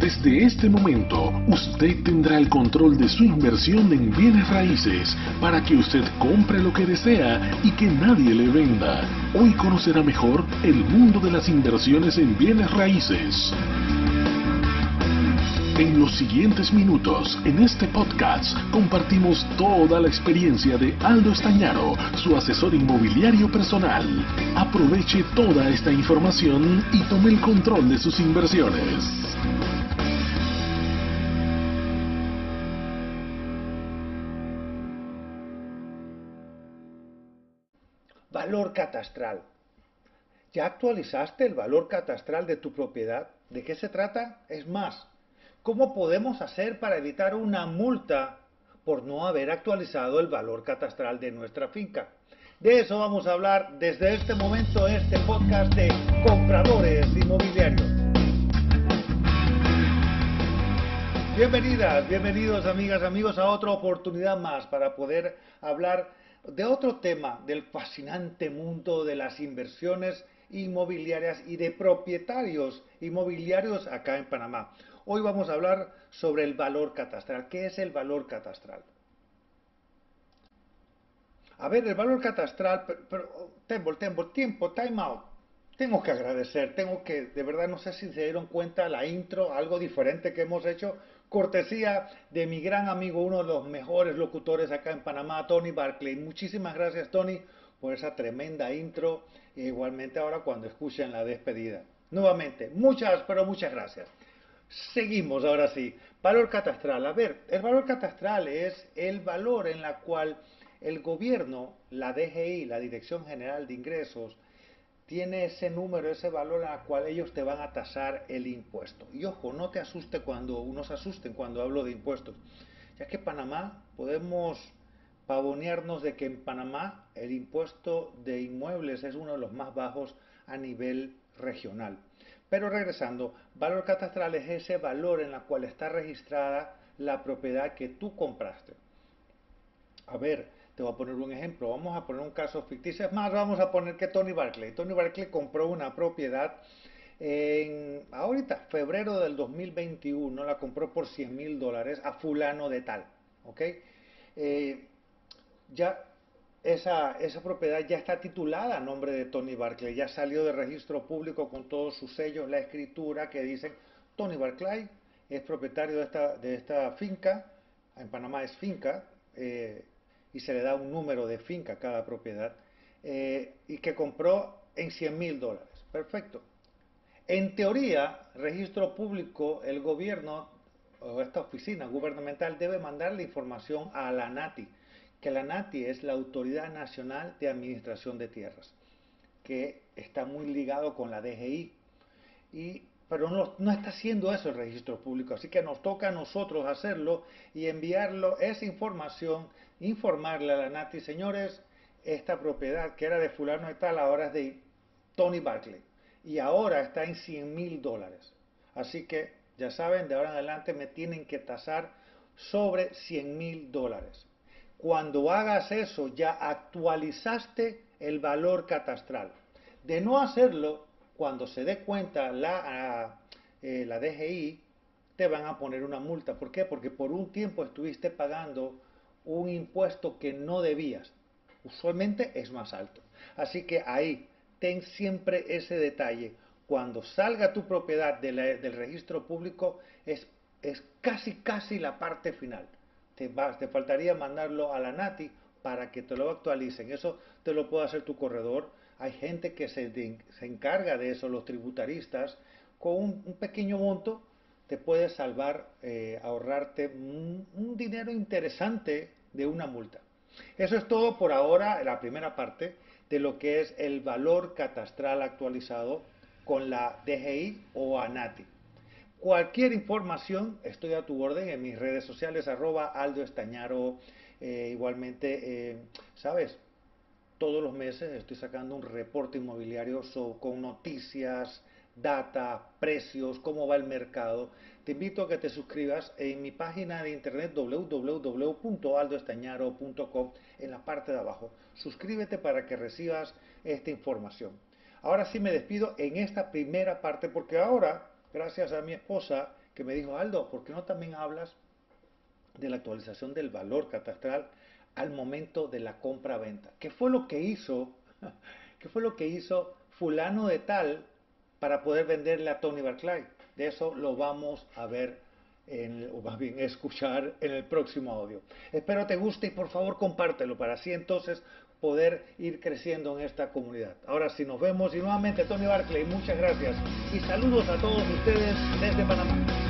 Desde este momento, usted tendrá el control de su inversión en bienes raíces para que usted compre lo que desea y que nadie le venda. Hoy conocerá mejor el mundo de las inversiones en bienes raíces. En los siguientes minutos, en este podcast, compartimos toda la experiencia de Aldo Estañaro, su asesor inmobiliario personal. Aproveche toda esta información y tome el control de sus inversiones. Valor catastral. ¿Ya actualizaste el valor catastral de tu propiedad? ¿De qué se trata? Es más, ¿cómo podemos hacer para evitar una multa por no haber actualizado el valor catastral de nuestra finca? De eso vamos a hablar desde este momento en este podcast de Compradores Inmobiliarios. Bienvenidas, bienvenidos amigas, amigos a otra oportunidad más para poder hablar de otro tema del fascinante mundo de las inversiones inmobiliarias y de propietarios inmobiliarios acá en Panamá. Hoy vamos a hablar sobre el valor catastral. ¿Qué es el valor catastral? A ver, el valor catastral, tiempo, time out. Tengo que agradecer, de verdad no sé si se dieron cuenta la intro, algo diferente que hemos hecho, cortesía de mi gran amigo, uno de los mejores locutores acá en Panamá, Tony Barclay. Muchísimas gracias, Tony, por esa tremenda intro, e igualmente ahora cuando escuchen la despedida. Nuevamente, pero muchas gracias. Seguimos ahora sí. Valor catastral. A ver, el valor catastral es el valor en la cual el gobierno, la DGI, la Dirección General de Ingresos, tiene ese número, ese valor al cual ellos te van a tasar el impuesto. Y ojo, no te asuste no se asusten cuando hablo de impuestos, ya que Panamá podemos pavonearnos de que en Panamá el impuesto de inmuebles es uno de los más bajos a nivel regional. Pero regresando, valor catastral es ese valor en la cual está registrada la propiedad que tú compraste. A ver, te voy a poner un ejemplo. Vamos a poner un caso ficticio. Es más, vamos a poner que Tony Barclay. Tony Barclay compró una propiedad ahorita, febrero del 2021, la compró por $100,000 a fulano de tal. ¿Ok? Ya esa propiedad ya está titulada a nombre de Tony Barclay. Ya salió de registro público con todos sus sellos, la escritura que dicen Tony Barclay es propietario de esta finca. En Panamá es finca. Y se le da un número de finca a cada propiedad, y que compró en $100,000. Perfecto. En teoría, registro público, el gobierno o esta oficina gubernamental debe mandar la información a la ANATI, que la ANATI es la Autoridad Nacional de Administración de Tierras, que está muy ligado con la DGI. Pero no está haciendo eso el registro público, así que nos toca a nosotros hacerlo y enviarlo esa información, informarle a la NATI, señores, esta propiedad que era de fulano y tal, ahora es de Tony Barclay y ahora está en $100,000. Así que ya saben, de ahora en adelante me tienen que tasar sobre $100,000. Cuando hagas eso, ya actualizaste el valor catastral. De no hacerlo, cuando se dé cuenta la DGI, te van a poner una multa. ¿Por qué? Porque por un tiempo estuviste pagando un impuesto que no debías. Usualmente es más alto. Así que ahí, ten siempre ese detalle. Cuando salga tu propiedad del registro público, es casi la parte final. Te faltaría mandarlo a la NATI para que te lo actualicen. Eso te lo puede hacer tu corredor. Hay gente que se encarga de eso, los tributaristas. Con un pequeño monto te puede salvar, ahorrarte un dinero interesante de una multa. Eso es todo por ahora, la primera parte de lo que es el valor catastral actualizado con la DGI o ANATI. Cualquier información, estoy a tu orden en mis redes sociales, @Aldo Estañaro. Igualmente, ¿sabes? Todos los meses estoy sacando un reporte inmobiliario con noticias, data, precios, cómo va el mercado. Te invito a que te suscribas en mi página de internet www.aldoestañaro.com en la parte de abajo. Suscríbete para que recibas esta información. Ahora sí me despido en esta primera parte porque ahora gracias a mi esposa que me dijo, Aldo, ¿por qué no también hablas de la actualización del valor catastral al momento de la compra-venta? ¿Qué fue lo que hizo? ¿Qué fue lo que hizo fulano de tal para poder venderle a Tony Barclay? De eso lo vamos a ver, o más bien escuchar en el próximo audio. Espero te guste y por favor compártelo para así entonces poder ir creciendo en esta comunidad. Ahora sí, nos vemos y nuevamente Tony Barclay, muchas gracias y saludos a todos ustedes desde Panamá.